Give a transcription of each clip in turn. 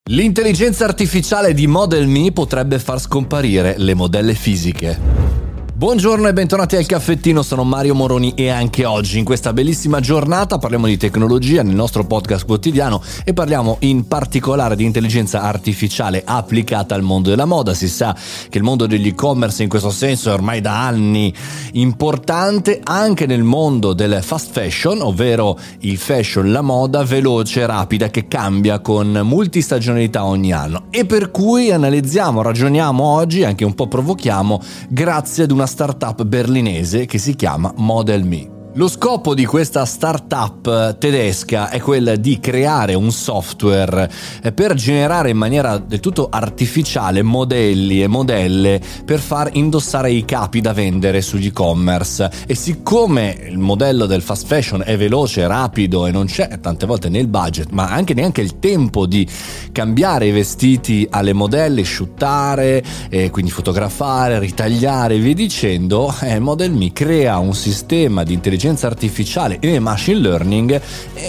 L'intelligenza artificiale di Model Me potrebbe far scomparire le modelle fisiche. Buongiorno e bentornati al caffettino, sono Mario Moroni e anche oggi in questa bellissima giornata parliamo di tecnologia nel nostro podcast quotidiano e parliamo in particolare di intelligenza artificiale applicata al mondo della moda. Si sa che il mondo degli e-commerce in questo senso è ormai da anni importante anche nel mondo del fast fashion, ovvero il fashion, la moda veloce e rapida che cambia con multistagionalità ogni anno, e per cui analizziamo, ragioniamo oggi, anche un po' provochiamo, grazie ad una startup berlinese che si chiama Model Me. Lo scopo di questa startup tedesca è quella di creare un software per generare in maniera del tutto artificiale modelli e modelle per far indossare i capi da vendere sugli e-commerce. E siccome il modello del fast fashion è veloce, rapido e non c'è tante volte né il budget ma anche neanche il tempo di cambiare i vestiti alle modelle, shootare, quindi fotografare, ritagliare e via dicendo, Model Me crea un sistema di intelligenza artificiale e machine learning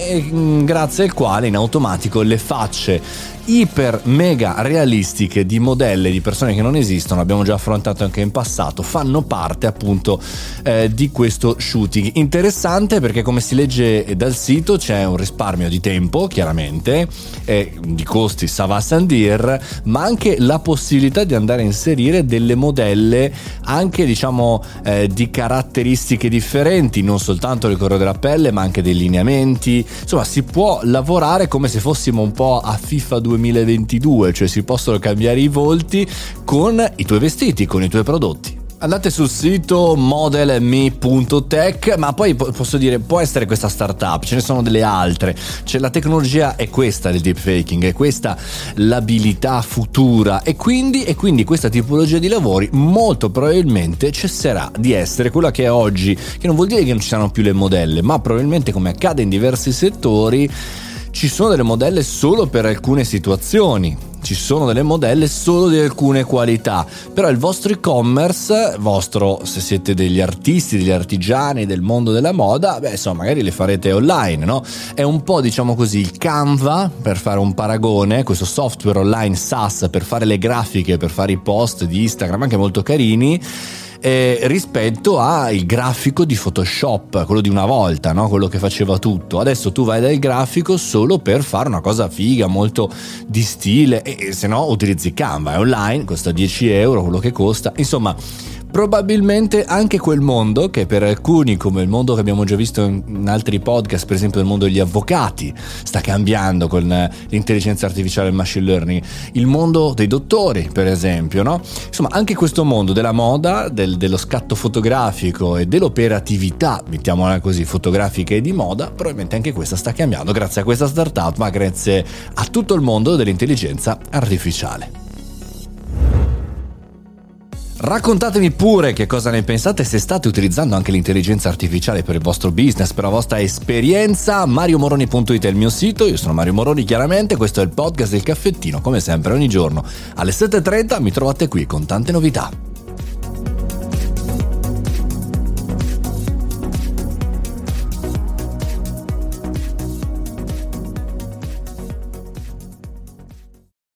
grazie al quale in automatico le facce iper mega realistiche di modelle di persone che non esistono, abbiamo già affrontato anche in passato, fanno parte appunto di questo shooting. Interessante perché, come si legge dal sito, c'è un risparmio di tempo chiaramente, di costi ça va sans dire, ma anche la possibilità di andare a inserire delle modelle anche diciamo di caratteristiche differenti, non soltanto il colore della pelle ma anche dei lineamenti. Insomma, si può lavorare come se fossimo un po' a FIFA 2022, cioè si possono cambiare i volti con i tuoi vestiti, con i tuoi prodotti. Andate sul sito modelme.tech, ma poi posso dire, può essere questa startup, ce ne sono delle altre, cioè la tecnologia è questa del deepfaking, è questa l'abilità futura e quindi questa tipologia di lavori molto probabilmente cesserà di essere quella che è oggi, che non vuol dire che non ci saranno più le modelle, ma probabilmente, come accade in diversi settori, ci sono delle modelle solo per alcune situazioni, ci sono delle modelle solo di alcune qualità, però il vostro e-commerce, se siete degli artisti, degli artigiani del mondo della moda, insomma magari le farete online, no? È un po', diciamo così, il Canva, per fare un paragone, questo software online SaaS per fare le grafiche, per fare i post di Instagram anche molto carini, rispetto al grafico di Photoshop, quello di una volta, no? Quello che faceva tutto. Adesso tu vai dal grafico solo per fare una cosa figa, molto di stile, e se no utilizzi Canva, è online, costa 10 euro quello che costa. Insomma, probabilmente anche quel mondo, che per alcuni, come il mondo che abbiamo già visto in altri podcast, per esempio il mondo degli avvocati, sta cambiando con l'intelligenza artificiale e il machine learning, il mondo dei dottori per esempio, no? Insomma, anche questo mondo della moda, dello scatto fotografico e dell'operatività, mettiamola così, fotografica e di moda, probabilmente anche questa sta cambiando grazie a questa startup, ma grazie a tutto il mondo dell'intelligenza artificiale. Raccontatemi pure che cosa ne pensate, se state utilizzando anche l'intelligenza artificiale per il vostro business, per la vostra esperienza. mariomoroni.it è il mio sito, io sono Mario Moroni chiaramente, questo è il podcast del caffettino, come sempre ogni giorno alle 7:30 mi trovate qui con tante novità.